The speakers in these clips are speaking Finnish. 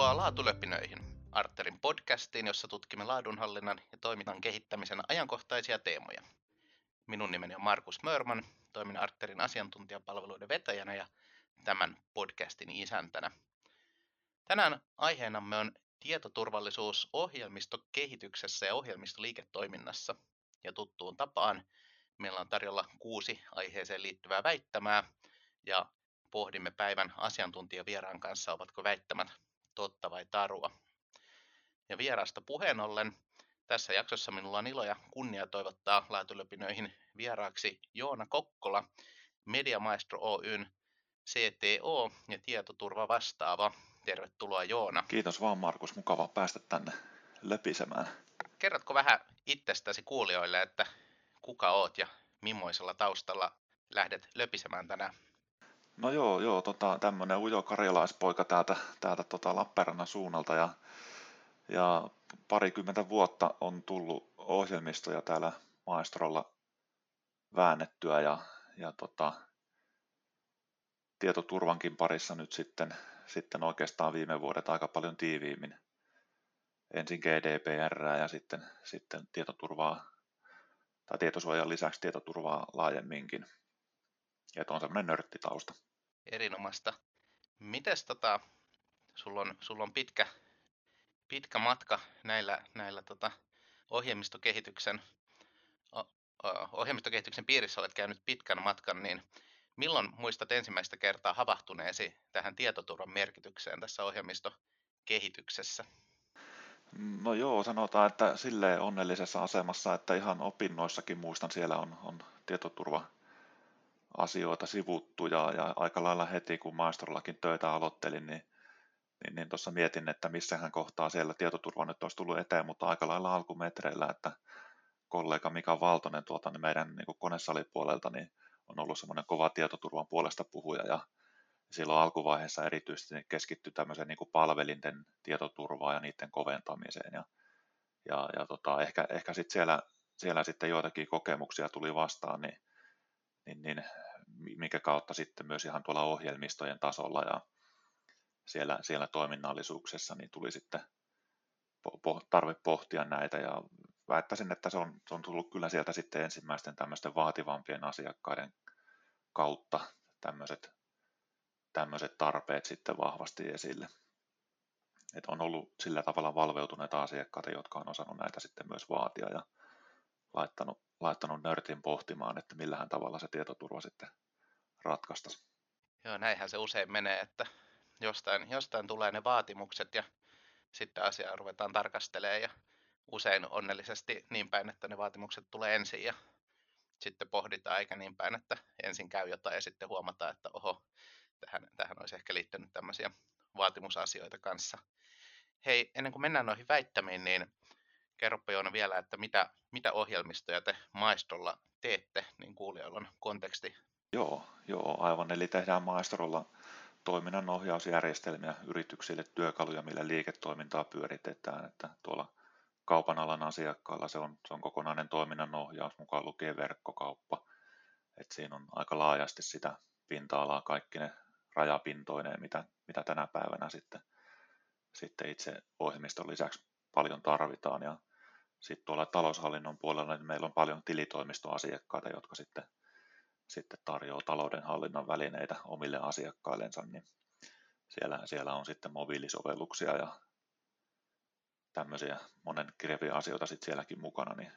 Tervetuloa Laatulöpinöihin, Arterin podcastiin, jossa tutkimme laadunhallinnan ja toiminnan kehittämisen ajankohtaisia teemoja. Minun nimeni on Markus Mörman, toimin Arterin asiantuntijapalveluiden vetäjänä ja tämän podcastin isäntänä. Tänään aiheenamme on tietoturvallisuus ohjelmistokehityksessä ja ohjelmistoliiketoiminnassa. Ja tuttuun tapaan meillä on tarjolla 6 aiheeseen liittyvää väittämää ja pohdimme päivän asiantuntijavieraan kanssa, ovatko väittämät totta vai tarua. Ja vierasta puheen ollen, tässä jaksossa minulla on ilo ja kunnia toivottaa Laatulöpinöihin vieraaksi Joona Kokkola, Media Maestro Oyn CTO ja tietoturva vastaava. Tervetuloa Joona. Kiitos vaan Markus, mukava päästä tänne löpisemään. Kerrotko vähän itsestäsi kuulijoille, että kuka oot ja millaisella taustalla lähdet löpisemään tänään? No joo, tämmönen ujo karjalaispoika täältä Lappeenrannan suunnalta ja parikymmentä vuotta on tullut ohjelmistoja täällä Maestrolla väännettyä ja tietoturvankin parissa nyt sitten oikeastaan viime vuodet aika paljon tiiviimmin. Ensin GDPR ja sitten tietoturvaa tai tietosuojan lisäksi tietoturvaa laajemminkin. Että on semmoinen nörttitausta. Erinomaista. Mites sulla on pitkä matka näillä ohjelmistokehityksen piirissä olet käynyt pitkän matkan, niin milloin muistat ensimmäistä kertaa havahtuneesi tähän tietoturvan merkitykseen tässä ohjelmistokehityksessä? No joo, sanotaan, että silleen onnellisessa asemassa, että ihan opinnoissakin muistan, siellä on tietoturva-asioita sivuttu ja aika lailla heti, kun maisterillakin töitä aloittelin, niin tuossa mietin, että missähän kohtaa siellä tietoturva nyt olisi tullut eteen, mutta aika lailla alkumetreillä, että kollega Mika Valtonen tuolta meidän niin konesalipuolelta niin on ollut semmoinen kova tietoturvan puolesta puhuja ja silloin alkuvaiheessa erityisesti keskittyi tämmöiseen niin palvelinten tietoturvaan ja niiden koventamiseen ja ehkä sitten siellä sitten joitakin kokemuksia tuli vastaan, niin minkä kautta sitten myös ihan tuolla ohjelmistojen tasolla ja siellä toiminnallisuuksessa niin tuli sitten tarve pohtia näitä ja väittäisin, että se on tullut kyllä sieltä sitten ensimmäisten tämmöisten vaativampien asiakkaiden kautta tämmöiset tarpeet sitten vahvasti esille. Että on ollut sillä tavalla valveutuneita asiakkaita, jotka on osannut näitä sitten myös vaatia ja laittanut nörtin pohtimaan, että millähän tavalla se tietoturva sitten ratkaistaisi. Joo, näinhän se usein menee, että jostain tulee ne vaatimukset ja sitten asiaa ruvetaan tarkastelemaan ja usein onnellisesti niin päin, että ne vaatimukset tulee ensin ja sitten pohditaan, eikä niin päin, että ensin käy jotain ja sitten huomataan, että oho, tähän olisi ehkä liittynyt tämmöisiä vaatimusasioita kanssa. Hei, ennen kuin mennään noihin väittämiin, niin kerropa Joona vielä, että mitä ohjelmistoja te Maestrolla teette, niin kuulijoilla on konteksti. Joo, aivan. Eli tehdään Maestrolla toiminnanohjausjärjestelmiä yrityksille, työkaluja, millä liiketoimintaa pyöritetään, että tuolla kaupan alan asiakkailla se on kokonainen toiminnanohjaus, mukaan lukien verkkokauppa, että siinä on aika laajasti sitä pinta-alaa, kaikki ne rajapintoineen, mitä tänä päivänä sitten itse ohjelmiston lisäksi paljon tarvitaan, ja sitten tuolla taloushallinnon puolella niin meillä on paljon tilitoimistoasiakkaita, jotka sitten tarjoaa taloudenhallinnan välineitä omille asiakkaillensa, niin siellä on sitten mobiilisovelluksia ja tämmöisiä monen kirjavia asioita sitten sielläkin mukana, niin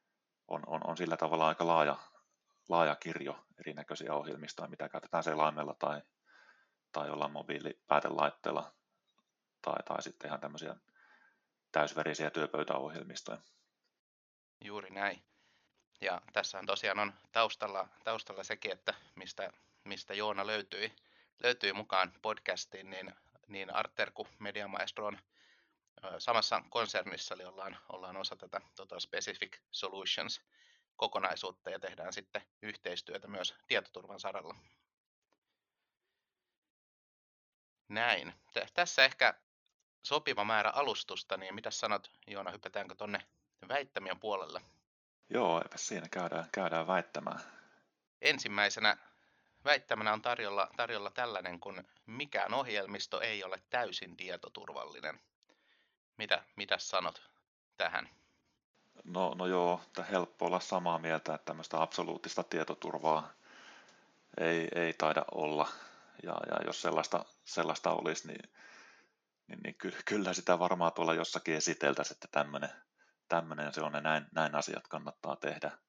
on sillä tavalla aika laaja kirjo erinäköisiä ohjelmistoja, mitä käytetään selaimella tai jollain mobiilipäätelaitteella tai sitten ihan tämmöisiä täysverisiä työpöytäohjelmistoja. Juuri näin. Ja tässähän tosiaan on taustalla sekin, että mistä Joona löytyi mukaan podcastiin, niin Arter kuin Media Maestro on samassa konsernissa, eli ollaan osa tätä Specific Solutions kokonaisuutta ja tehdään sitten yhteistyötä myös tietoturvan saralla. Näin. Tässä ehkä sopiva määrä alustusta, niin mitä sanot Joona, hypätäänkö tonne väittämien puolelle? Joo, eipä siinä käydään väittämään. Ensimmäisenä väittämänä on tarjolla tällainen, kun mikään ohjelmisto ei ole täysin tietoturvallinen. Mitä sanot tähän? No joo, että helppo olla samaa mieltä, että tämmöistä absoluuttista tietoturvaa ei taida olla. Ja jos sellaista olisi, niin kyllä sitä varmaan tuolla jossakin esiteltäisiin, että tämmöinen se on ja näin asiat kannattaa tehdä.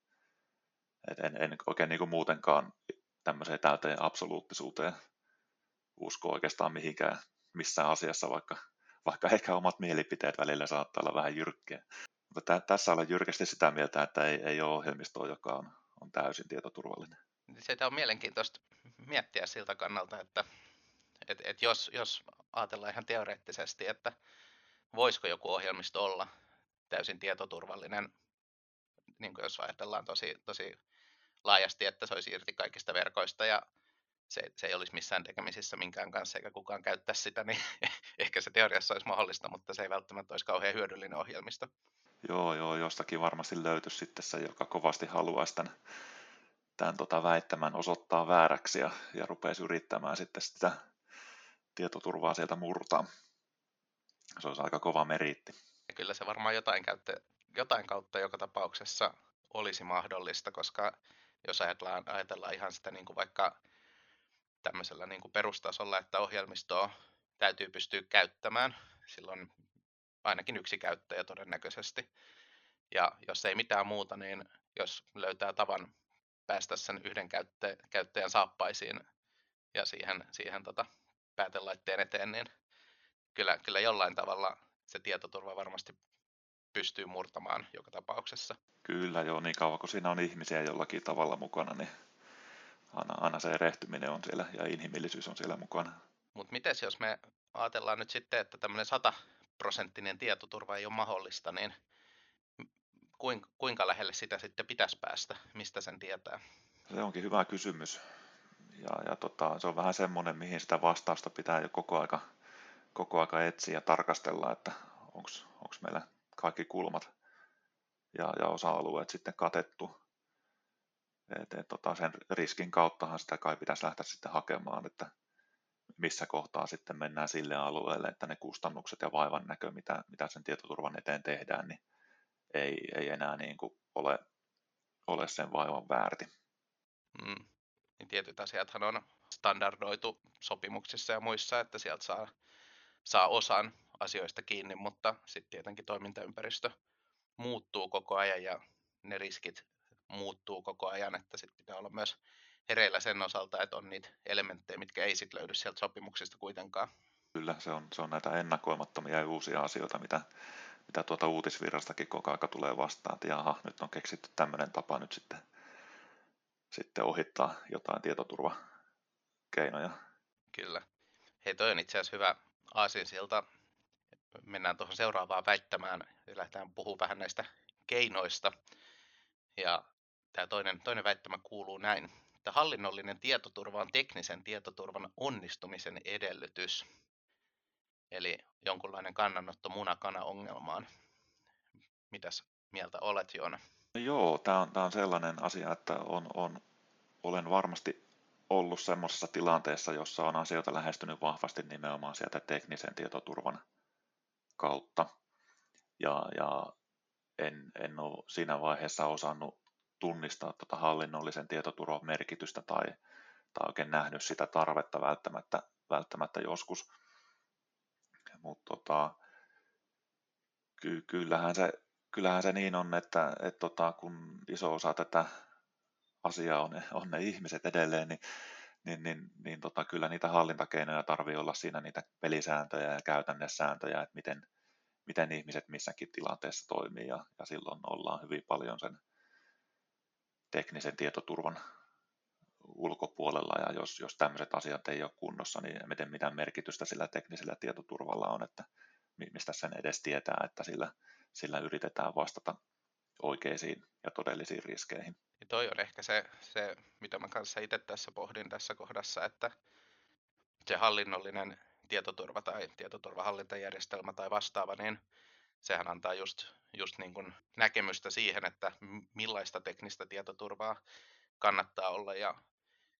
En oikein niin kuin muutenkaan tämmöiseen täyteen absoluuttisuuteen usko oikeastaan mihinkään missään asiassa, vaikka ehkä omat mielipiteet välillä saattaa olla vähän jyrkkiä. Mutta tässä olen jyrkästi sitä mieltä, että ei ole ohjelmistoa, joka on täysin tietoturvallinen. Sitä on mielenkiintoista miettiä siltä kannalta, että jos ajatellaan ihan teoreettisesti, että voisiko joku ohjelmisto olla täysin tietoturvallinen, niin kuin jos ajatellaan tosi laajasti, että se olisi irti kaikista verkoista ja se ei olisi missään tekemisissä minkään kanssa eikä kukaan käyttäisi sitä, niin ehkä se teoriassa olisi mahdollista, mutta se ei välttämättä olisi kauhean hyödyllinen ohjelmisto. Joo, jostakin varmasti löytyisi sitten se, joka kovasti haluaisi tämän väittämän osoittaa vääräksi ja rupeaisi yrittämään sitten sitä tietoturvaa sieltä murtaa. Se olisi aika kova meriitti. Ja kyllä se varmaan jotain kautta joka tapauksessa olisi mahdollista, koska jos ajatellaan ihan sitä niin kuin vaikka tämmöisellä niin kuin perustasolla, että ohjelmistoa täytyy pystyä käyttämään, silloin ainakin yksi käyttäjä todennäköisesti. Ja jos ei mitään muuta, niin jos löytää tavan päästä sen yhden käyttäjän saappaisiin ja siihen päätelaitteen eteen, niin kyllä jollain tavalla se tietoturva varmasti pystyy murtamaan joka tapauksessa. Kyllä joo, niin kauan kun siinä on ihmisiä jollakin tavalla mukana, niin aina se erehtyminen on siellä ja inhimillisyys on siellä mukana. Mutta mites jos me ajatellaan nyt sitten, että tämmöinen 100% tietoturva ei ole mahdollista, niin kuinka lähelle sitä sitten pitäisi päästä? Mistä sen tietää? Se onkin hyvä kysymys. Se on vähän semmoinen, mihin sitä vastausta pitää jo koko aika etsiä ja tarkastella, että onko meillä kaikki kulmat ja osa-alueet sitten katettu. Sen riskin kauttahan sitä kai pitäisi lähteä sitten hakemaan, että missä kohtaa sitten mennään sille alueelle, että ne kustannukset ja vaivan näkö, mitä sen tietoturvan eteen tehdään, niin ei enää niin kuin ole sen vaivan väärti. Niin tietyt asiathan on standardoitu sopimuksissa ja muissa, että sieltä saa osan asioista kiinni, mutta sitten tietenkin toimintaympäristö muuttuu koko ajan ja ne riskit muuttuu koko ajan, että sitten pitää olla myös hereillä sen osalta, että on niitä elementtejä, mitkä ei sitten löydy sieltä sopimuksista kuitenkaan. Kyllä, se on näitä ennakoimattomia ja uusia asioita, mitä tuota uutisvirrastakin koko aika tulee vastaan, että jaha, nyt on keksitty tämmöinen tapa nyt sitten ohittaa jotain tietoturvakeinoja. Kyllä. Hei, toi on itse asiassa hyvä aasinsilta. Mennään tuohon seuraavaan väittämään ja lähdetään puhumaan vähän näistä keinoista. Ja tämä toinen väittämä kuuluu näin, että hallinnollinen tietoturva on teknisen tietoturvan onnistumisen edellytys. Eli jonkunlainen kannanotto muna-kana-ongelmaan. Mitäs mieltä olet, Joona? No joo, tämä on sellainen asia, että olen varmasti ollut semmoisessa tilanteessa, jossa on asioita lähestynyt vahvasti nimenomaan sieltä teknisen tietoturvan kautta. Ja en ole siinä vaiheessa osannut tunnistaa tuota hallinnollisen tietoturvan merkitystä tai oikein nähnyt sitä tarvetta välttämättä joskus. Mutta kyllähän se niin on, että kun iso osa tätä asiaa on ne ihmiset edelleen, niin kyllä niitä hallintakeinoja tarvii olla siinä niitä pelisääntöjä ja käytännesääntöjä, että miten ihmiset missäkin tilanteessa toimii ja silloin ollaan hyvin paljon sen teknisen tietoturvan ulkopuolella ja jos tämmöiset asiat ei ole kunnossa, niin miten mitään merkitystä sillä teknisellä tietoturvalla on, että mistä sen edes tietää, että sillä yritetään vastata oikeisiin ja todellisiin riskeihin. Ja toi on ehkä se, mitä mä kanssa itse tässä pohdin tässä kohdassa, että se hallinnollinen tietoturva tai tietoturvahallintajärjestelmä tai vastaava, niin sehän antaa just niin kuin näkemystä siihen, että millaista teknistä tietoturvaa kannattaa olla ja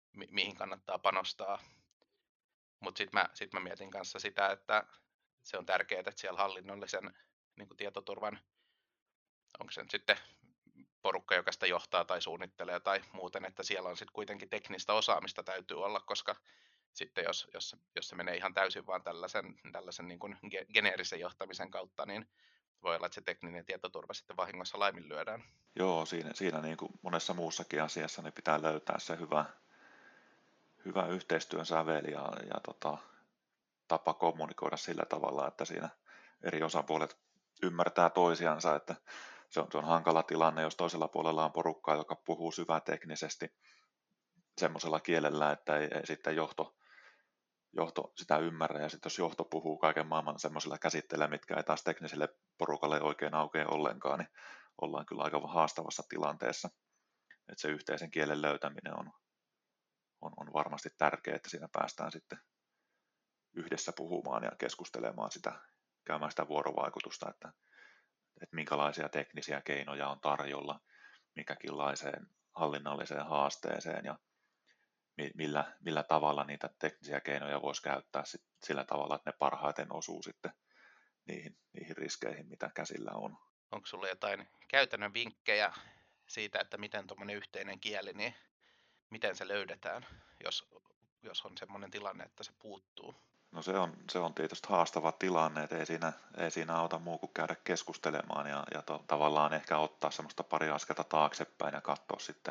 mihin kannattaa panostaa. Mutta sitten mä mietin kanssa sitä, että se on tärkeää, että siellä hallinnollisen niin kuin tietoturvan, onko se nyt sitten porukka, joka sitä johtaa tai suunnittelee tai muuten, että siellä on sitten kuitenkin teknistä osaamista täytyy olla, koska sitten jos se menee ihan täysin vaan tällaisen niin kuin geneerisen johtamisen kautta, niin voi olla, että se tekninen tietoturva sitten vahingossa laiminlyödään. Joo, siinä niin kuin monessa muussakin asiassa niin pitää löytää se hyvä yhteistyön säveli ja tapa kommunikoida sillä tavalla, että siinä eri osapuolet ymmärtää toisiansa, että se on hankala tilanne, jos toisella puolella on porukkaa, joka puhuu syväteknisesti semmoisella kielellä, että ei sitten johto sitä ymmärrä, ja sitten jos johto puhuu kaiken maailman semmoisilla käsitteillä, mitkä ei taas tekniselle porukalle oikein aukea ollenkaan, niin ollaan kyllä aika haastavassa tilanteessa. Että se yhteisen kielen löytäminen on varmasti tärkeää, että siinä päästään sitten yhdessä puhumaan ja keskustelemaan sitä, käymään sitä vuorovaikutusta, että minkälaisia teknisiä keinoja on tarjolla mikäkinlaiseen hallinnalliseen haasteeseen ja millä tavalla niitä teknisiä keinoja voisi käyttää sillä tavalla, että ne parhaiten osuu sitten niihin riskeihin, mitä käsillä on. Onko sulla jotain käytännön vinkkejä siitä, että miten tuommoinen yhteinen kieli, niin miten se löydetään, jos on semmoinen tilanne, että se puuttuu? No se on tietysti haastava tilanne, että ei siinä auta muu kuin käydä keskustelemaan ja tavallaan ehkä ottaa semmoista pari askelta taaksepäin ja katsoa sitten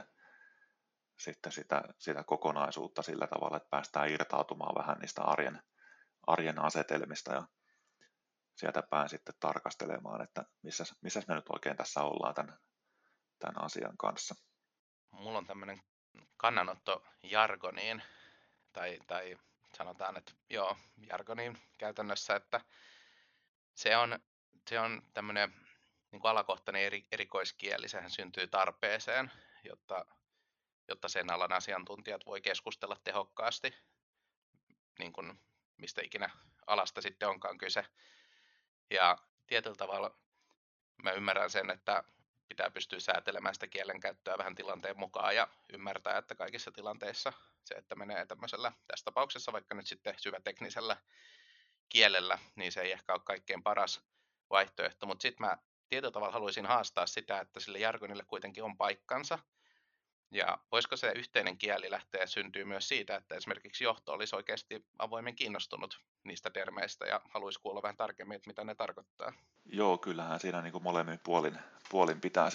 sitä kokonaisuutta sillä tavalla, että päästään irtautumaan vähän niistä arjen asetelmista ja sieltä päin sitten tarkastelemaan, että missä me nyt oikein tässä ollaan tämän asian kanssa. Mulla on tämmöinen kannanotto jargoniin, tai sanotaan, että joo, jargoniin käytännössä, että se on tämmöinen niin kuin alakohtainen erikoiskieli, sehän syntyy tarpeeseen, jotta sen alan asiantuntijat voi keskustella tehokkaasti, niin kuin mistä ikinä alasta sitten onkaan kyse. Ja tietyllä tavalla mä ymmärrän sen, että pitää pystyä säätelemään sitä kielenkäyttöä vähän tilanteen mukaan ja ymmärtää, että kaikissa tilanteissa se, että menee tämmöisellä, tässä tapauksessa vaikka nyt sitten syväteknisellä kielellä, niin se ei ehkä ole kaikkein paras vaihtoehto, mutta sitten mä tietyllä tavalla haluaisin haastaa sitä, että sille jargonille kuitenkin on paikkansa. Ja voisiko se yhteinen kieli lähteä syntyy myös siitä, että esimerkiksi johto olisi oikeasti avoimen kiinnostunut niistä termeistä ja haluaisi kuulla vähän tarkemmin, että mitä ne tarkoittaa? Joo, kyllähän siinä niin kuin molemmin puolin pitää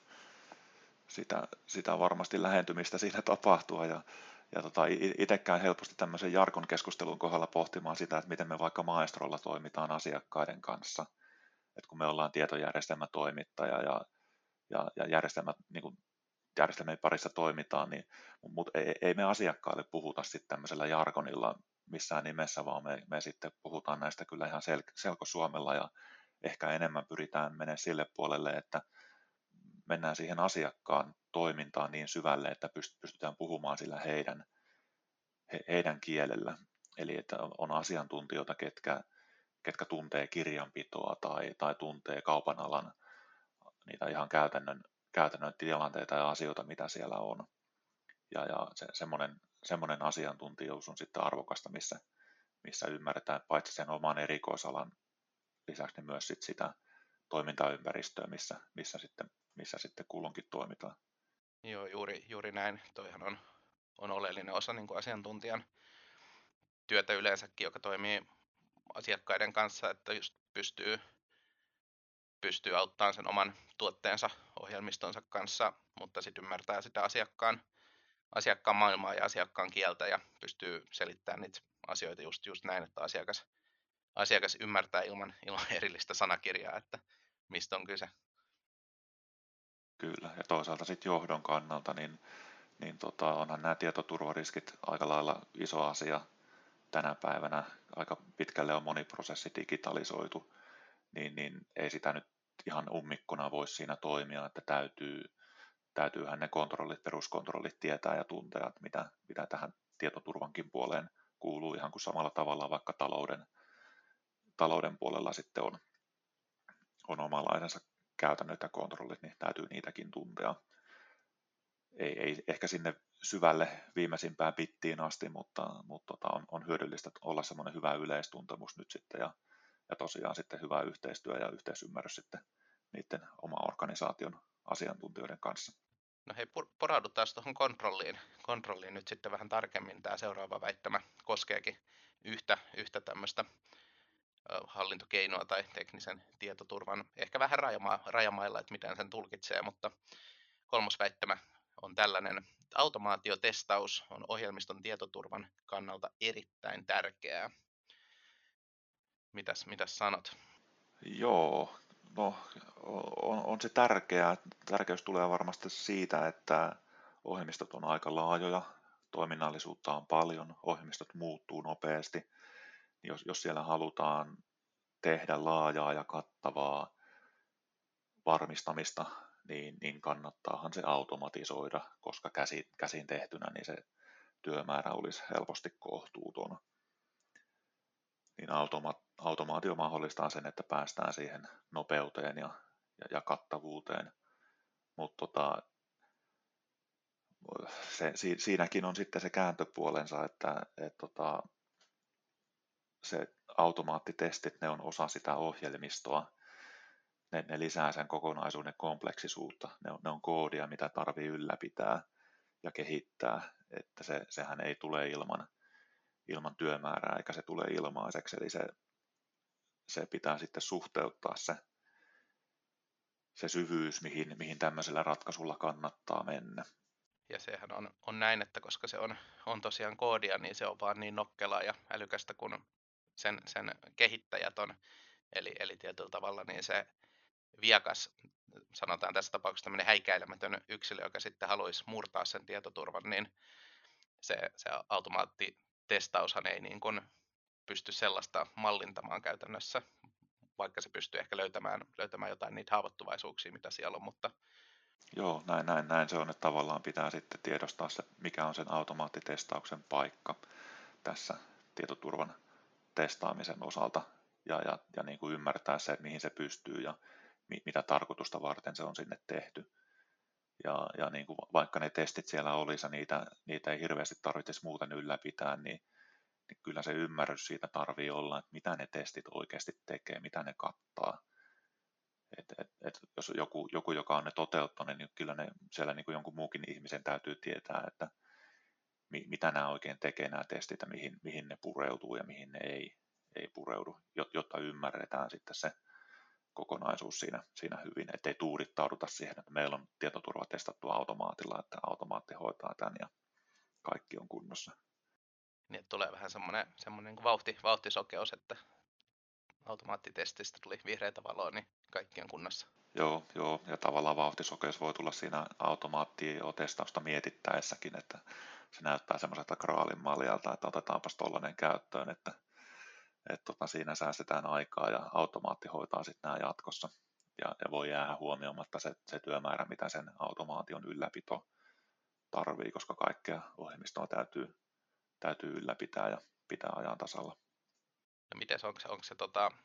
sitä varmasti lähentymistä siinä tapahtua ja itsekään helposti tämmöisen jargon keskustelun kohdalla pohtimaan sitä, että miten me vaikka maestrolla toimitaan asiakkaiden kanssa, että kun me ollaan tietojärjestelmätoimittaja ja niin kuin järjestelmien parissa toimitaan, niin, mutta ei me asiakkaille puhuta sitten tämmöisellä jargonilla missään nimessä, vaan me sitten puhutaan näistä kyllä ihan selkosuomella ja ehkä enemmän pyritään menemään sille puolelle, että mennään siihen asiakkaan toimintaan niin syvälle, että pystytään puhumaan sillä heidän kielellä. Eli että on asiantuntijoita, ketkä tuntee kirjanpitoa tai tuntee kaupan alan niitä ihan käytännön tilanteita ja asioita, mitä siellä on. Ja semmoinen asiantuntijuus on sitten arvokasta, missä ymmärretään paitsi sen oman erikoisalan lisäksi niin myös sitä toimintaympäristöä, missä sitten kulloinkin toimitaan. Joo, juuri näin. Toihan on oleellinen osa niin kuin asiantuntijan työtä yleensäkin, joka toimii asiakkaiden kanssa, että just pystyy auttamaan sen oman tuotteensa, ohjelmistonsa kanssa, mutta sitten ymmärtää sitä asiakkaan maailmaa ja asiakkaan kieltä ja pystyy selittämään niitä asioita just näin, että asiakas ymmärtää ilman erillistä sanakirjaa, että mistä on kyse. Kyllä, ja toisaalta sitten johdon kannalta, niin onhan nämä tietoturvariskit aika lailla iso asia tänä päivänä. Aika pitkälle on moni prosessi digitalisoitu, niin ei sitä nyt ihan ummikkona voi siinä toimia, että täytyyhän ne peruskontrollit tietää ja tuntea, että mitä tähän tietoturvankin puoleen kuuluu, ihan kuin samalla tavalla vaikka talouden puolella sitten on omanlaisensa käytännöt ja kontrollit, niin täytyy niitäkin tuntea. ei ehkä sinne syvälle viimeisimpään bittiin asti, mutta on hyödyllistä olla semmoinen hyvä yleistuntemus nyt sitten ja tosiaan sitten hyvä yhteistyö ja yhteisymmärrys sitten niiden oman organisaation asiantuntijoiden kanssa. No hei, poraudutaan tuohon kontrolliin nyt sitten vähän tarkemmin. Tämä seuraava väittämä koskeekin yhtä tämmöistä hallintokeinoa tai teknisen tietoturvan, ehkä vähän rajamailla, että miten sen tulkitsee, mutta kolmas väittämä on tällainen. Automaatiotestaus on ohjelmiston tietoturvan kannalta erittäin tärkeää. Mitäs sanot? Joo, no on se tärkeää. Tärkeys tulee varmasti siitä, että ohjelmistot on aika laajoja, toiminnallisuutta on paljon, ohjelmistot muuttuu nopeasti. Jos siellä halutaan tehdä laajaa ja kattavaa varmistamista, niin kannattaahan se automatisoida, koska käsin tehtynä niin se työmäärä olisi helposti kohtuuton. Niin automaatio mahdollistaa sen, että päästään siihen nopeuteen ja kattavuuteen, mutta siinäkin on sitten se kääntöpuolensa, että se automaattitestit, ne on osa sitä ohjelmistoa, ne lisää sen kokonaisuuden kompleksisuutta, ne on koodia, mitä tarvii ylläpitää ja kehittää, että sehän ei tule ilman työmäärää eikä se tule ilmaiseksi, eli se pitää sitten suhteuttaa se syvyys, mihin tämmöisellä ratkaisulla kannattaa mennä. Ja sehän on näin, että koska se on tosiaan koodia, niin se on vaan niin nokkelaa ja älykästä kuin sen kehittäjät on. Eli tietyllä tavalla niin se viekas, sanotaan tässä tapauksessa tämmöinen häikäilemätön yksilö, joka sitten haluaisi murtaa sen tietoturvan, niin se automaattitestaushan ei niin kuin pysty sellaista mallintamaan käytännössä, vaikka se pystyy ehkä löytämään jotain niitä haavoittuvaisuuksia, mitä siellä on, mutta Joo, näin se on, että tavallaan pitää sitten tiedostaa se, mikä on sen automaattitestauksen paikka tässä tietoturvan testaamisen osalta ja niin kuin ymmärtää se, että mihin se pystyy ja mitä tarkoitusta varten se on sinne tehty. Ja niin kuin vaikka ne testit siellä olisi ja niitä ei hirveästi tarvitsisi muuten ylläpitää, niin kyllä se ymmärrys siitä tarvii olla, että mitä ne testit oikeasti tekee, mitä ne kattaa. Et jos joku, joka on ne toteuttanut, niin kyllä ne siellä niin kuin jonkun muukin ihmisen täytyy tietää, että mitä nämä oikein tekee nämä testit ja mihin ne pureutuu ja mihin ne ei pureudu, jotta ymmärretään sitten se kokonaisuus siinä hyvin, ettei tuudittauduta siihen, että meillä on tietoturva testattu automaatilla, että automaatti hoitaa tämän ja kaikki on kunnossa. niin tulee vähän semmoinen niin kuin vauhtisokeus, että automaattitestistä tuli vihreätä valoa, niin kaikki on kunnossa. Joo, ja tavallaan vauhtisokeus voi tulla siinä automaattitestausta mietittäessäkin, että se näyttää semmoiselta graalin maljalta, että otetaanpas tollainen käyttöön, että siinä säästetään aikaa ja automaatti hoitaa sitten nämä jatkossa. Ja voi jäädä huomioimatta se työmäärä, mitä sen automaation ylläpito tarvii, koska kaikkea ohjelmistoa täytyy ylläpitää ja pitää ajan tasalla. No miten onko se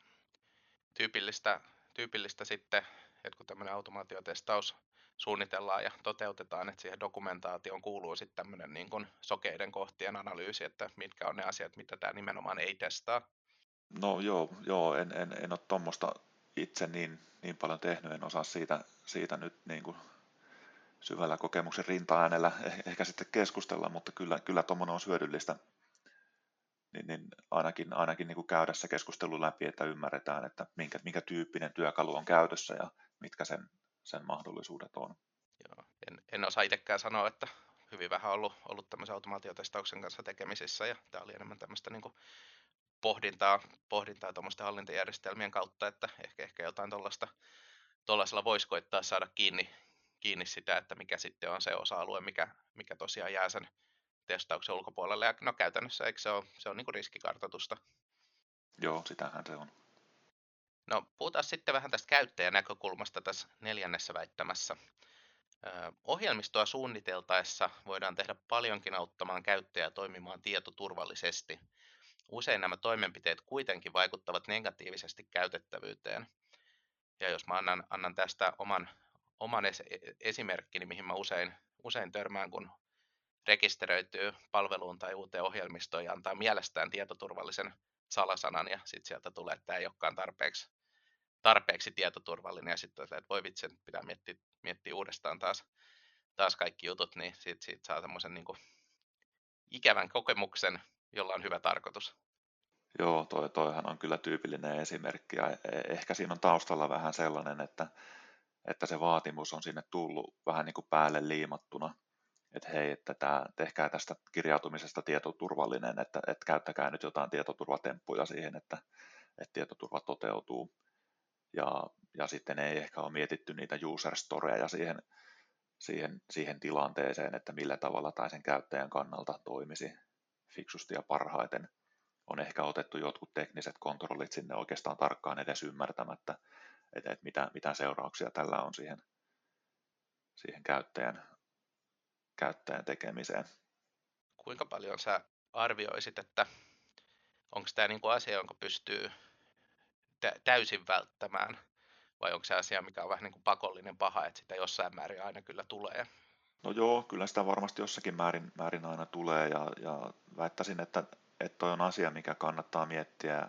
tyypillistä sitten, että kun tämmöinen automaatiotestaus suunnitellaan ja toteutetaan, että siihen dokumentaatioon kuuluu sitten tämmöinen niin kuin sokeiden kohtien analyysi, että mitkä on ne asiat, mitä tämä nimenomaan ei testaa. No joo en ole tuommoista itse niin paljon tehnyt, en osaa siitä nyt niin kuin syvällä kokemuksen rintaäänellä ehkä sitten keskustella, mutta kyllä tuommoinen on hyödyllistä, niin ainakin niin kuin käydä se keskustelu läpi, että ymmärretään, että minkä tyyppinen työkalu on käytössä ja mitkä sen mahdollisuudet on. Joo. En osaa itsekään sanoa, että hyvin vähän ollut tämmöisen automaatiotestauksen kanssa tekemisissä, ja tämä oli enemmän tämmöistä niin kuin pohdintaa tuommoisten hallintajärjestelmien kautta, että ehkä jotain tuollaisella voisi koittaa saada kiinni sitä, että mikä sitten on se osa-alue, mikä tosiaan jää sen testauksen ulkopuolelle. Ja no käytännössä eikö se on niin kuin riskikartoitusta. Joo, sitähän se on. No puhutaan sitten vähän tästä käyttäjän näkökulmasta tässä neljännessä väittämässä. Ohjelmistoa suunniteltaessa voidaan tehdä paljonkin auttamaan käyttäjää toimimaan tietoturvallisesti. Usein nämä toimenpiteet kuitenkin vaikuttavat negatiivisesti käytettävyyteen. Ja jos mä annan tästä oman esimerkkini, mihin mä usein törmään, kun rekisteröityy palveluun tai uuteen ohjelmistoon ja antaa mielestään tietoturvallisen salasanan ja sitten sieltä tulee, että tämä ei olekaan tarpeeksi tietoturvallinen ja sitten että voi vitsi, että pitää miettiä uudestaan taas kaikki jutut, niin siitä saa semmoisen niin ikävän kokemuksen, jolla on hyvä tarkoitus. Joo, toihan on kyllä tyypillinen esimerkki ja ehkä siinä on taustalla vähän sellainen, että se vaatimus on sinne tullut vähän niin kuin päälle liimattuna, että hei, että tehkää tästä kirjautumisesta tietoturvallinen, että käyttäkää nyt jotain tietoturvatemppuja siihen, että tietoturva toteutuu. Ja sitten ei ehkä ole mietitty niitä user storeja siihen tilanteeseen, että millä tavalla tai sen käyttäjän kannalta toimisi fiksusti ja parhaiten. On ehkä otettu jotkut tekniset kontrollit sinne oikeastaan tarkkaan edes ymmärtämättä, että mitä seurauksia tällä on siihen käyttäjän tekemiseen. Kuinka paljon sä arvioisit, että onko tämä niinku asia, jonka pystyy täysin välttämään, vai onko se asia, mikä on vähän niin kuin pakollinen paha, että sitä jossain määrin aina kyllä tulee? No joo, kyllä sitä varmasti jossakin määrin aina tulee ja väittäisin, että toi on asia, mikä kannattaa miettiä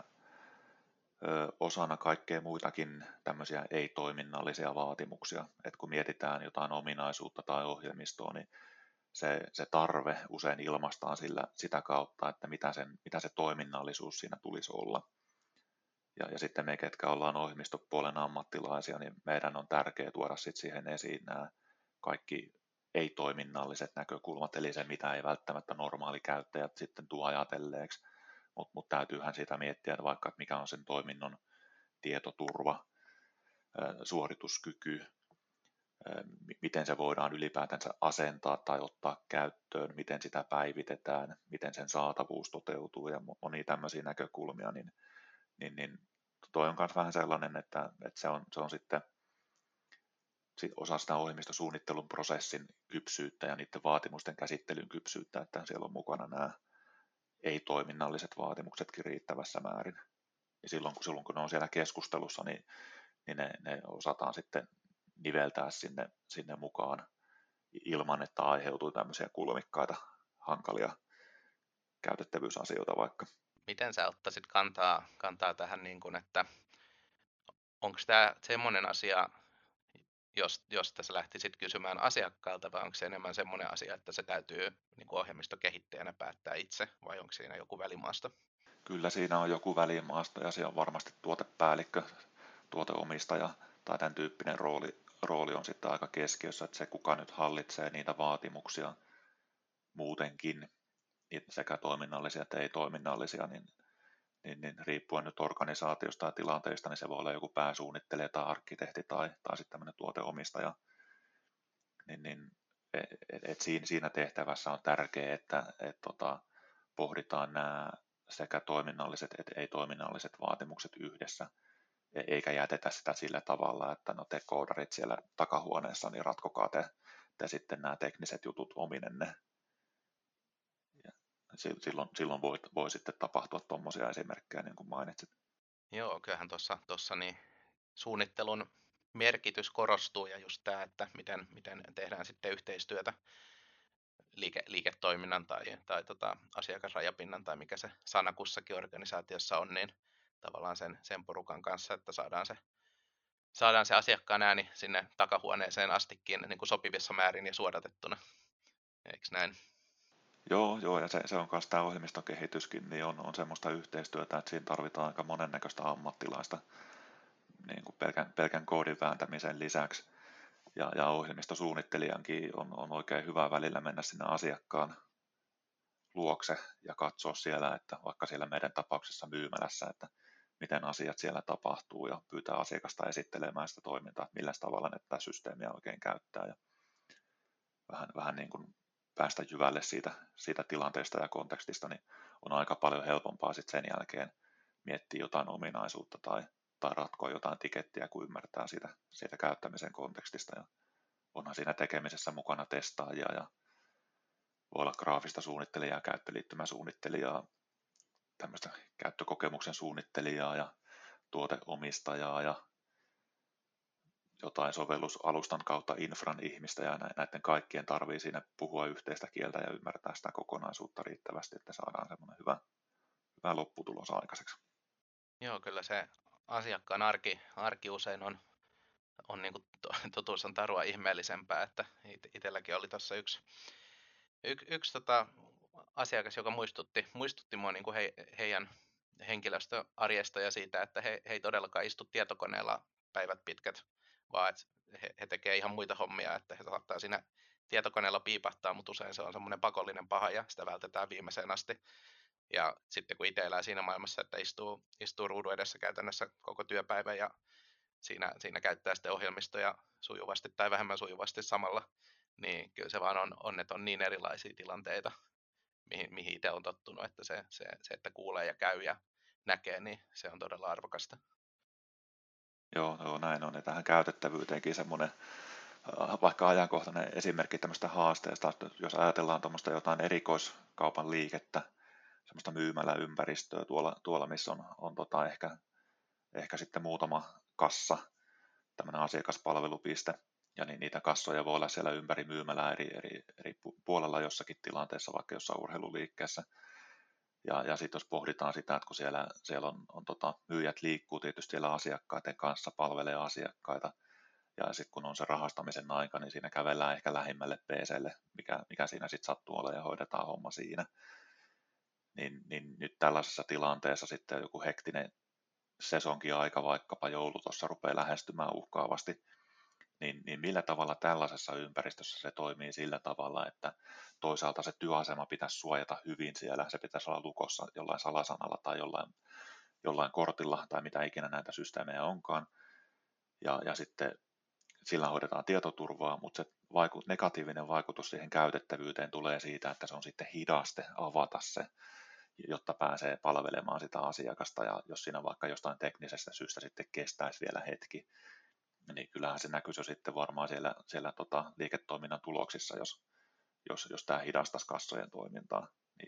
osana kaikkea muitakin tämmöisiä ei-toiminnallisia vaatimuksia. Et kun mietitään jotain ominaisuutta tai ohjelmistoa, niin se tarve usein ilmaistaan sitä kautta, että mitä se toiminnallisuus siinä tulisi olla. Ja sitten me, ketkä ollaan ohjelmistopuolen ammattilaisia, niin meidän on tärkeää tuoda sit siihen esiin nämä kaikki ei-toiminnalliset näkökulmat, eli se, mitä ei välttämättä normaali käyttäjät sitten tuo ajatelleeksi. Mutta täytyyhän sitä miettiä, että vaikka että mikä on sen toiminnon tietoturva, suorituskyky, miten se voidaan ylipäätänsä asentaa tai ottaa käyttöön, miten sitä päivitetään, miten sen saatavuus toteutuu ja monia tämmöisiä näkökulmia, niin toi on myös vähän sellainen, että se on sitten osa sitä ohjelmistosuunnittelun prosessin kypsyyttä ja niiden vaatimusten käsittelyn kypsyyttä, että siellä on mukana nämä ei-toiminnalliset vaatimuksetkin riittävässä määrin. Ja silloin kun ne on siellä keskustelussa, niin ne osataan sitten niveltää sinne mukaan ilman, että aiheutuu tämmöisiä kulmikkaita, hankalia käytettävyysasioita vaikka. Miten sä ottaisit kantaa tähän, niin kuin, että onko tämä semmoinen asia, jos tässä lähtisit kysymään asiakkaalta, vai onko se enemmän semmoinen asia, että se täytyy niin kuin ohjelmistokehittäjänä päättää itse, vai onko siinä joku välimaasto? Kyllä siinä on joku välimaasto ja siellä on varmasti tuotepäällikkö, tuoteomistaja tai tämän tyyppinen rooli on sitten aika keskiössä, että se kuka nyt hallitsee niitä vaatimuksia muutenkin, sekä toiminnallisia että ei-toiminnallisia, niin riippuen nyt organisaatiosta ja tilanteesta, niin se voi olla joku pääsuunnittelija tai arkkitehti tai sitten tämmöinen tuoteomistaja, siinä tehtävässä on tärkeää, että pohditaan nämä sekä toiminnalliset että ei-toiminnalliset vaatimukset yhdessä, eikä jätetä sitä sillä tavalla, että no te koodarit siellä takahuoneessa, niin ratkokaa te sitten nämä tekniset jutut ominenne. Ja silloin voi sitten tapahtua tuommoisia esimerkkejä, niin kuin mainitsit. Joo, kyllähän tuossa niin suunnittelun merkitys korostuu ja just tämä, että miten tehdään sitten yhteistyötä liiketoiminnan tai asiakasrajapinnan tai mikä se sana kussakin organisaatiossa on, niin tavallaan sen porukan kanssa, että saadaan se asiakkaan ääni sinne takahuoneeseen astikin niin kuin sopivissa määrin ja suodatettuna. Eikö näin? Joo, ja se on myös tämä ohjelmistokehityskin, niin on semmoista yhteistyötä, että siinä tarvitaan aika monennäköistä ammattilaista niin kuin pelkän koodin vääntämisen lisäksi. Ja ohjelmistosuunnittelijankin on oikein hyvä välillä mennä sinne asiakkaan luokse ja katsoa siellä, että vaikka siellä meidän tapauksessa myymälässä, että miten asiat siellä tapahtuu ja pyytää asiakasta esittelemään sitä toimintaa, että millä tavalla ne tätä systeemiä oikein käyttää ja vähän niin kuin päästä jyvälle siitä tilanteesta ja kontekstista, niin on aika paljon helpompaa sitten sen jälkeen miettiä jotain ominaisuutta tai ratkoa jotain tikettiä, kun ymmärtää siitä käyttämisen kontekstista. Ja onhan siinä tekemisessä mukana testaajia ja voi olla graafista suunnittelijaa, käyttöliittymäsuunnittelijaa, tämmöistä käyttökokemuksen suunnittelijaa ja tuoteomistajaa ja jotain sovellusalustan kautta infran ihmistä ja näiden kaikkien tarvii siinä puhua yhteistä kieltä ja ymmärtää sitä kokonaisuutta riittävästi, että saadaan semmoinen hyvä lopputulos aikaiseksi. Joo, kyllä se asiakkaan arki usein on niin kuin totuus on tarua ihmeellisempää, että itselläkin oli tuossa yksi asiakas, joka muistutti mua niin kuin heidän henkilöstöarjesta ja siitä, että he ei todellakaan istu tietokoneella päivät pitkät, vaan että he tekee ihan muita hommia, että he saattaa siinä tietokoneella piipahtaa, mutta usein se on semmoinen pakollinen paha ja sitä vältetään viimeiseen asti. Ja sitten kun itse elää siinä maailmassa, että istuu ruudun edessä käytännössä koko työpäivän ja siinä käyttää sitten ohjelmistoja sujuvasti tai vähemmän sujuvasti samalla, niin kyllä se vaan on että on niin erilaisia tilanteita, mihin itse on tottunut, että se, että kuulee ja käy ja näkee, niin se on todella arvokasta. Joo, näin on. Ja tähän käytettävyyteenkin semmoinen vaikka ajankohtainen esimerkki tämmöistä haasteesta, että jos ajatellaan tuommoista jotain erikoiskaupan liikettä, semmoista myymäläympäristöä tuolla missä on ehkä sitten muutama kassa, tämmöinen asiakaspalvelupiste, ja niin niitä kassoja voi olla siellä ympäri myymälää eri puolella jossakin tilanteessa, vaikka jossain urheiluliikkeessä. Ja sitten jos pohditaan sitä, että kun siellä on myyjät liikkuu tietysti siellä asiakkaiden kanssa, palvelee asiakkaita, ja sitten kun on se rahastamisen aika, niin siinä kävellään ehkä lähimmälle PC:lle, mikä siinä sitten sattuu olla ja hoidetaan homma siinä. Niin nyt tällaisessa tilanteessa sitten joku hektinen sesonkin aika, vaikkapa joulu tuossa rupeaa lähestymään uhkaavasti, niin millä tavalla tällaisessa ympäristössä se toimii sillä tavalla, että toisaalta se työasema pitäisi suojata hyvin siellä, se pitäisi olla lukossa jollain salasanalla tai jollain kortilla tai mitä ikinä näitä systeemejä onkaan, ja sitten sillä hoidetaan tietoturvaa, mutta se negatiivinen vaikutus siihen käytettävyyteen tulee siitä, että se on sitten hidaste avata se, jotta pääsee palvelemaan sitä asiakasta, ja jos siinä vaikka jostain teknisestä syystä sitten kestäisi vielä hetki, niin kyllähän se näkyisi jo sitten varmaan siellä liiketoiminnan tuloksissa, jos tämä hidastaisi kassojen toimintaa.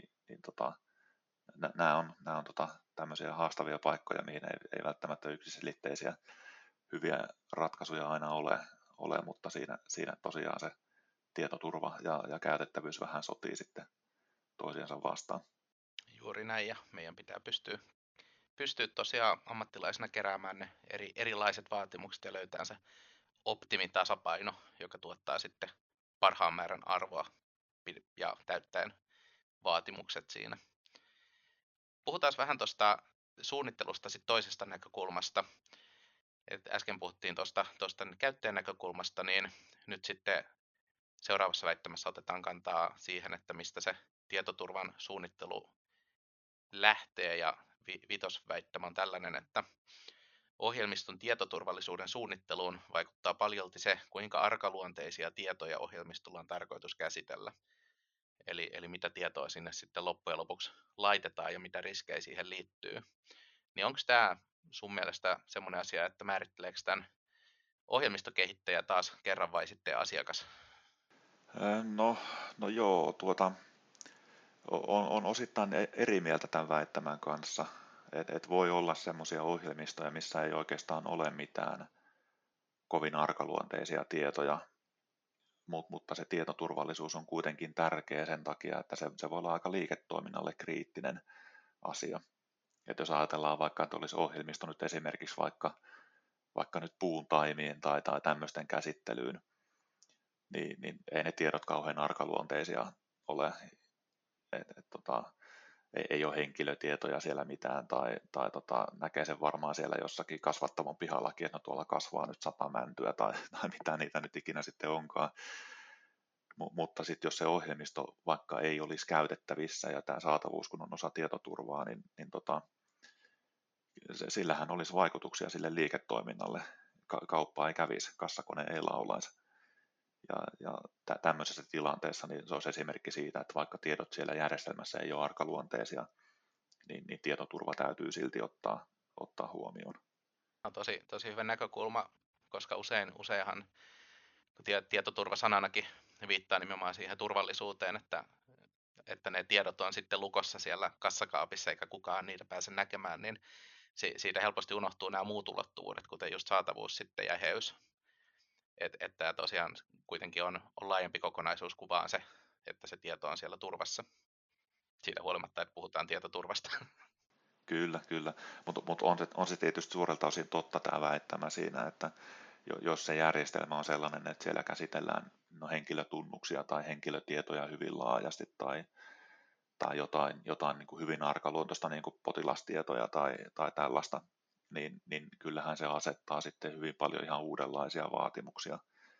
Nämä on tämmöisiä haastavia paikkoja, mihin ei välttämättä yksiselitteisiä hyviä ratkaisuja aina ole, mutta siinä tosiaan se tietoturva ja käytettävyys vähän sotii sitten toisiansa vastaan. Juuri näin, ja meidän pitää pystyä tosiaan ammattilaisena keräämään ne erilaiset vaatimukset ja löytää se optimitasapaino, joka tuottaa sitten parhaan määrän arvoa ja täyttäen vaatimukset siinä. Puhutaan vähän tuosta suunnittelusta sit toisesta näkökulmasta. Et äsken puhuttiin tuosta käyttäjän näkökulmasta, niin nyt sitten seuraavassa väittämässä otetaan kantaa siihen, että mistä se tietoturvan suunnittelu lähtee, ja vitosväittämä on tällainen, että ohjelmiston tietoturvallisuuden suunnitteluun vaikuttaa paljolti se, kuinka arkaluonteisia tietoja ohjelmistolla on tarkoitus käsitellä. Eli mitä tietoa sinne sitten loppujen lopuksi laitetaan ja mitä riskejä siihen liittyy. Niin onko tämä sun mielestä semmoinen asia, että määritteleekö tämän ohjelmistokehittäjä taas kerran vai sitten asiakas? No joo, on osittain eri mieltä tämän väittämän kanssa, että voi olla semmoisia ohjelmistoja, missä ei oikeastaan ole mitään kovin arkaluonteisia tietoja, mutta se tietoturvallisuus on kuitenkin tärkeä sen takia, että se voi olla aika liiketoiminnalle kriittinen asia. Että jos ajatellaan vaikka, että olisi ohjelmisto nyt esimerkiksi vaikka nyt puun taimien tai tämmöisten käsittelyyn, niin ei ne tiedot kauhean arkaluonteisia ole. Ei ole henkilötietoja siellä mitään, tai näkee sen varmaan siellä jossakin kasvattamon pihallakin, että no tuolla kasvaa nyt 100 mäntyä, tai mitä niitä nyt ikinä sitten onkaan. Mutta sitten jos se ohjelmisto vaikka ei olisi käytettävissä, ja tämä saatavuus kun on osa tietoturvaa, niin sillähän olisi vaikutuksia sille liiketoiminnalle. Kauppa ei kävisi, kassakone ei laulaisi. Ja tämmöisessä tilanteessa niin se olisi esimerkki siitä, että vaikka tiedot siellä järjestelmässä ei ole arkaluonteisia, niin tietoturva täytyy silti ottaa huomioon. On tosi hyvä näkökulma, koska useinhan tietoturva-sananakin viittaa nimenomaan siihen turvallisuuteen, että ne tiedot on sitten lukossa siellä kassakaapissa eikä kukaan niitä pääse näkemään, niin siitä helposti unohtuu nämä muut ulottuvuudet, kuten just saatavuus sitten ja eheys. Että tämä tosiaan kuitenkin on laajempi kokonaisuus kuin vaan se, että se tieto on siellä turvassa. Siitä huolimatta, että puhutaan tietoturvasta. Kyllä, kyllä. Mutta on se tietysti suurelta osin totta tämä väittämä siinä, että jos se järjestelmä on sellainen, että siellä käsitellään henkilötunnuksia tai henkilötietoja hyvin laajasti tai jotain niin kuin hyvin arkaluontoista niin kuin potilastietoja tai tällaista, niin kyllähän se asettaa sitten hyvin paljon ihan uudenlaisia vaatimuksia.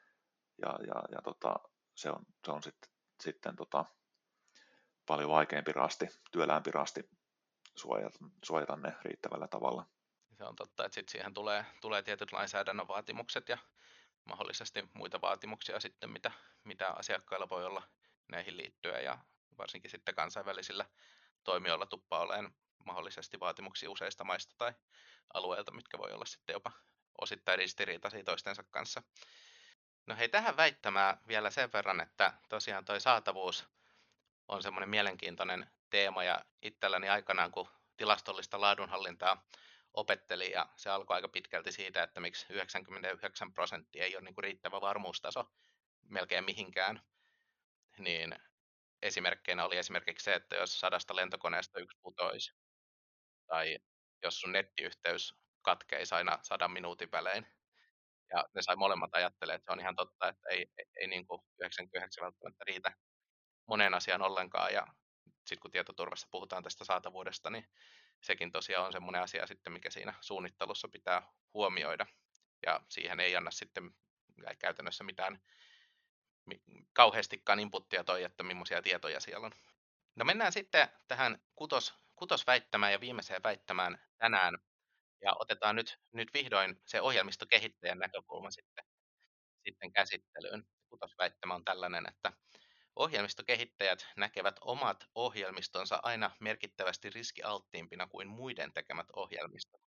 Se on sitten paljon vaikeampi rasti, työläämpi rasti suojata ne riittävällä tavalla. Se on totta, että sitten siihen tulee tietyt lainsäädännön vaatimukset ja mahdollisesti muita vaatimuksia sitten, mitä asiakkailla voi olla näihin liittyen, ja varsinkin sitten kansainvälisillä toimijoilla tuppaa olemaan mahdollisesti vaatimuksia useista maista tai alueilta, mitkä voi olla sitten jopa osittain ristiriitaisia toistensa kanssa. No hei, tähän väittämään vielä sen verran, että tosiaan toi saatavuus on semmoinen mielenkiintoinen teema, ja itselläni aikanaan, kun tilastollista laadunhallintaa opettelin, ja se alkoi aika pitkälti siitä, että miksi 99% ei ole niin kuin riittävä varmuustaso melkein mihinkään, niin esimerkkeinä oli esimerkiksi se, että jos 100 lentokoneesta yksi putoisi, tai jos sun nettiyhteys katkeisi aina 100 minuutin välein, ja ne sai molemmat ajattelemaan, että se on ihan totta, että ei niin kuin 99 välttämättä riitä moneen asiaan ollenkaan, ja sitten kun tietoturvassa puhutaan tästä saatavuudesta, niin sekin tosiaan on semmoinen asia sitten, mikä siinä suunnittelussa pitää huomioida, ja siihen ei anna sitten käytännössä mitään kauheastikaan inputtia toi, että millaisia tietoja siellä on. No mennään sitten tähän kutosväittämään ja viimeiseen väittämään tänään, ja otetaan nyt vihdoin se ohjelmistokehittäjän näkökulma sitten käsittelyyn. Kutosväittämä on tällainen, että ohjelmistokehittäjät näkevät omat ohjelmistonsa aina merkittävästi riskialttiimpina kuin muiden tekemät ohjelmistot.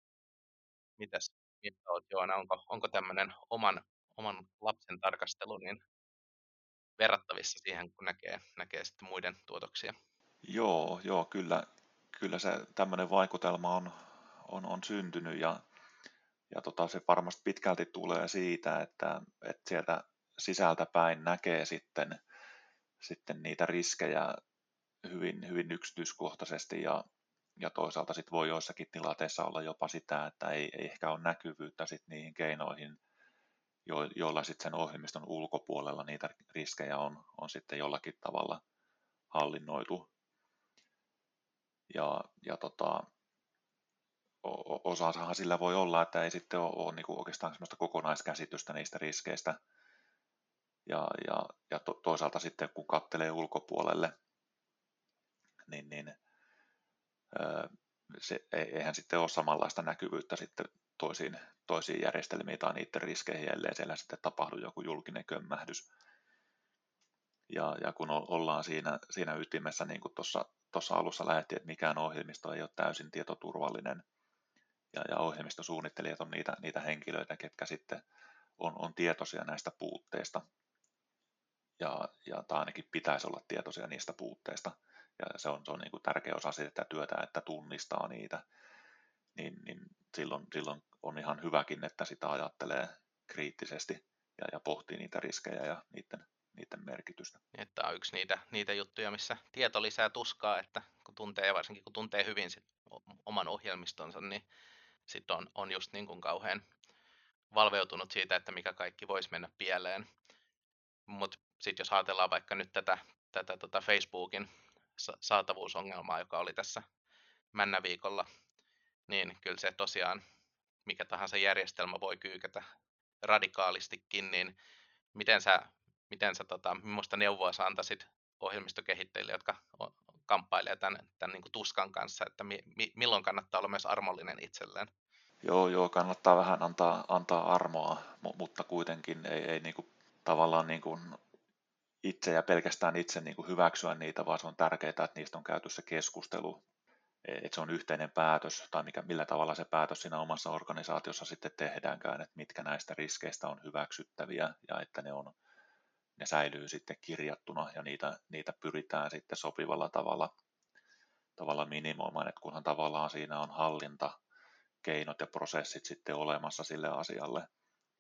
Mitäs mieltä olet, Joona? Onko tämmöinen oman lapsen tarkastelu niin verrattavissa siihen, kun näkee sitten muiden tuotoksia? Joo, kyllä se tämmöinen vaikutelma on syntynyt ja se varmasti pitkälti tulee siitä, että sieltä sisältä päin näkee sitten niitä riskejä hyvin, hyvin yksityiskohtaisesti ja toisaalta sitten voi joissakin tilanteissa olla jopa sitä, että ei ehkä ole näkyvyyttä sitten niihin keinoihin, joilla sitten sen ohjelmiston ulkopuolella niitä riskejä on sitten jollakin tavalla hallinnoitu. Osasahan sillä voi olla, että ei sitten ole niin kuin oikeastaan sellaista kokonaiskäsitystä niistä riskeistä. Ja toisaalta sitten kun katselee ulkopuolelle, niin eihän sitten ole samanlaista näkyvyyttä sitten toisiin järjestelmiin tai niiden riskeihin, ellei siellä sitten tapahdu joku julkinen kömmähdys. Ja kun ollaan siinä ytimessä, niin kuin tuossa alussa lähdettiin, että mikään ohjelmisto ei ole täysin tietoturvallinen, ja ohjelmistosuunnittelijat on niitä henkilöitä, ketkä sitten on tietoisia näistä puutteista, tai ainakin pitäisi olla tietoisia niistä puutteista, ja se on niin kuin tärkeä osa sitä työtä, että tunnistaa niitä, niin silloin on ihan hyväkin, että sitä ajattelee kriittisesti ja pohtii niitä riskejä ja niiden merkitystä. Tämä on yksi niitä juttuja, missä tieto lisää tuskaa, että kun tuntee, ja varsinkin kun tuntee hyvin sit oman ohjelmistonsa, niin sitten on just niin kuin kauhean valveutunut siitä, että mikä kaikki voisi mennä pieleen. Mutta sitten jos ajatellaan vaikka nyt tätä Facebookin saatavuusongelmaa, joka oli tässä männäviikolla, niin kyllä se tosiaan mikä tahansa järjestelmä voi kyykätä radikaalistikin, niin millaista neuvoa sä antaisit ohjelmistokehittäjille, jotka kamppailee tämän niin kuin tuskan kanssa, että milloin kannattaa olla myös armollinen itselleen? Joo, kannattaa vähän antaa armoa, mutta kuitenkin ei niin kuin, tavallaan niin kuin itse ja pelkästään itse niin kuin hyväksyä niitä, vaan se on tärkeää, että niistä on käyty se keskustelu, että se on yhteinen päätös tai millä tavalla se päätös siinä omassa organisaatiossa sitten tehdäänkään, että mitkä näistä riskeistä on hyväksyttäviä ja että ne säilyy sitten kirjattuna ja niitä pyritään sitten sopivalla tavalla minimoimaan, että kunhan tavallaan siinä on hallintakeinot ja prosessit sitten olemassa sille asialle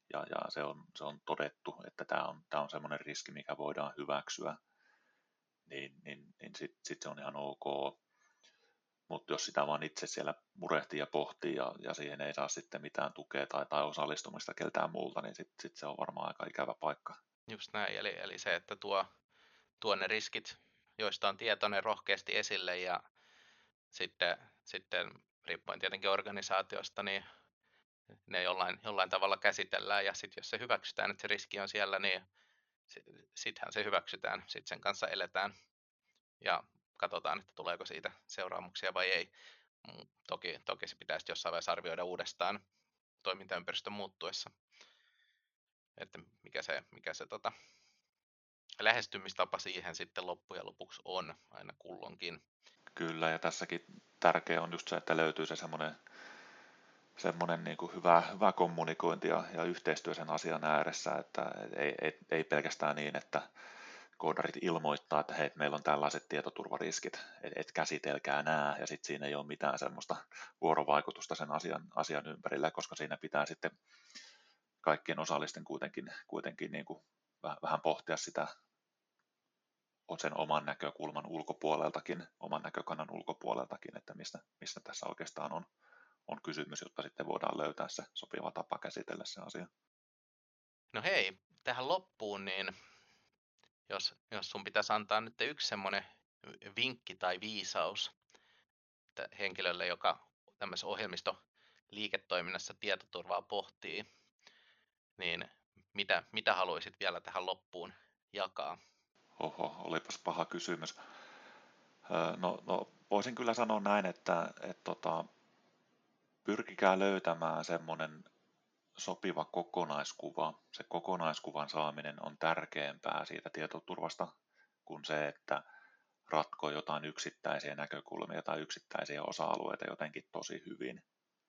ja se on todettu, että tämä on semmoinen riski, mikä voidaan hyväksyä, niin sit se on ihan ok. Mutta jos sitä vaan itse siellä murehtii ja pohtii ja siihen ei saa sitten mitään tukea tai osallistumista keltään muulta, niin sit se on varmaan aika ikävä paikka. Just näin, eli se, että tuo ne riskit, joista on tietoinen rohkeasti esille ja sitten riippuen tietenkin organisaatiosta, niin ne jollain tavalla käsitellään ja sitten jos se hyväksytään, että se riski on siellä, niin sittenhän se hyväksytään, sitten sen kanssa eletään ja katsotaan, että tuleeko siitä seuraamuksia vai ei. Toki se pitäisi jossain vaiheessa arvioida uudestaan toimintaympäristön muuttuessa, että mikä se lähestymistapa siihen sitten loppujen lopuksi on aina kulloinkin. Kyllä, ja tässäkin tärkeä on just se, että löytyy se semmoinen niin kuin hyvä kommunikointi ja yhteistyö sen asian ääressä, että ei pelkästään niin, että koodarit ilmoittaa, että hei, meillä on tällaiset tietoturvariskit, et käsitelkää nämä, ja sitten siinä ei ole mitään semmoista vuorovaikutusta sen asian ympärillä, koska siinä pitää sitten kaikkien osallisten kuitenkin niin kuin vähän pohtia sitä sen oman näkökulman ulkopuoleltakin, oman näkökannan ulkopuoleltakin, että mistä tässä oikeastaan on kysymys, jotta sitten voidaan löytää se sopiva tapa käsitellä se asia. No hei, tähän loppuun, niin jos sun pitäisi antaa nyt yksi semmoinen vinkki tai viisaus että henkilölle, joka tämmöisessä ohjelmistoliiketoiminnassa tietoturvaa pohtii, niin mitä haluaisit vielä tähän loppuun jakaa? Oho, olipas paha kysymys. No voisin kyllä sanoa näin, että pyrkikää löytämään semmoinen sopiva kokonaiskuva. Se kokonaiskuvan saaminen on tärkeämpää siitä tietoturvasta kuin se, että ratkoo jotain yksittäisiä näkökulmia tai yksittäisiä osa-alueita jotenkin tosi hyvin.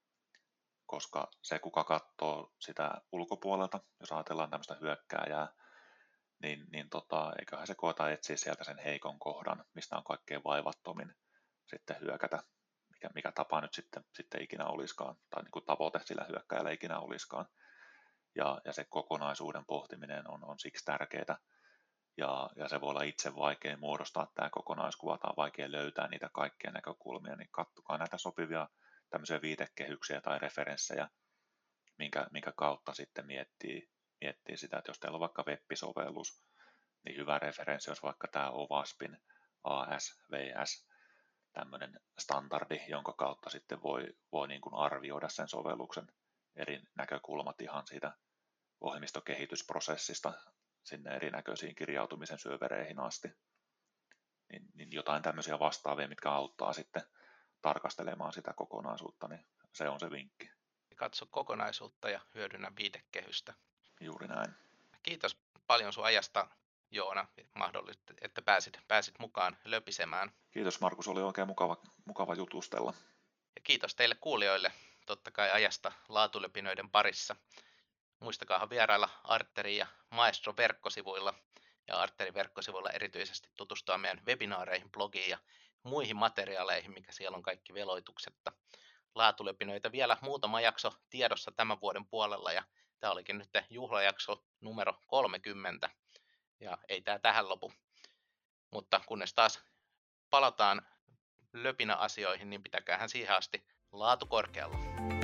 Koska se, kuka katsoo sitä ulkopuolelta, jos ajatellaan tämmöistä hyökkääjää, niin eiköhän se koeta etsiä sieltä sen heikon kohdan, mistä on kaikkein vaivattomin sitten hyökätä, mikä tapa nyt sitten ikinä olisikaan, tai niin kuin tavoite sillä hyökkääjällä ikinä olisikaan. Ja se kokonaisuuden pohtiminen on siksi tärkeää, ja se voi olla itse vaikea muodostaa tämä kokonaiskuva tai vaikea löytää niitä kaikkia näkökulmia, niin katsokaa näitä sopivia tämmöisiä viitekehyksiä tai referenssejä, minkä kautta sitten miettii sitä, että jos teillä on vaikka web-sovellus, niin hyvä referenssi olisi vaikka tämä OWASPin ASVS, tämmöinen standardi, jonka kautta sitten voi niin kuin arvioida sen sovelluksen eri näkökulmat ihan siitä ohjelmistokehitysprosessista sinne erinäköisiin kirjautumisen syövereihin asti. Niin jotain tämmöisiä vastaavia, mitkä auttaa sitten tarkastelemaan sitä kokonaisuutta, niin se on se vinkki. Katso kokonaisuutta ja hyödynnä viitekehystä. Juuri näin. Kiitos paljon sun ajasta, Joona, mahdollisesti, että pääsit mukaan löpisemään. Kiitos Markus, oli oikein mukava jutustella. Ja kiitos teille kuulijoille, totta kai ajasta laatulöpinöiden parissa. Muistakaahan vierailla Arterin ja Maestro verkkosivuilla ja Arterin verkkosivuilla erityisesti tutustua meidän webinaareihin, blogiin ja muihin materiaaleihin, mikä siellä on kaikki veloituksetta. Laatulöpinöitä vielä muutama jakso tiedossa tämän vuoden puolella ja tämä olikin nyt juhlajakso numero 30 ja ei tämä tähän lopu. Mutta kunnes taas palataan löpinäasioihin, niin pitäkäähän siihen asti laatu korkealla.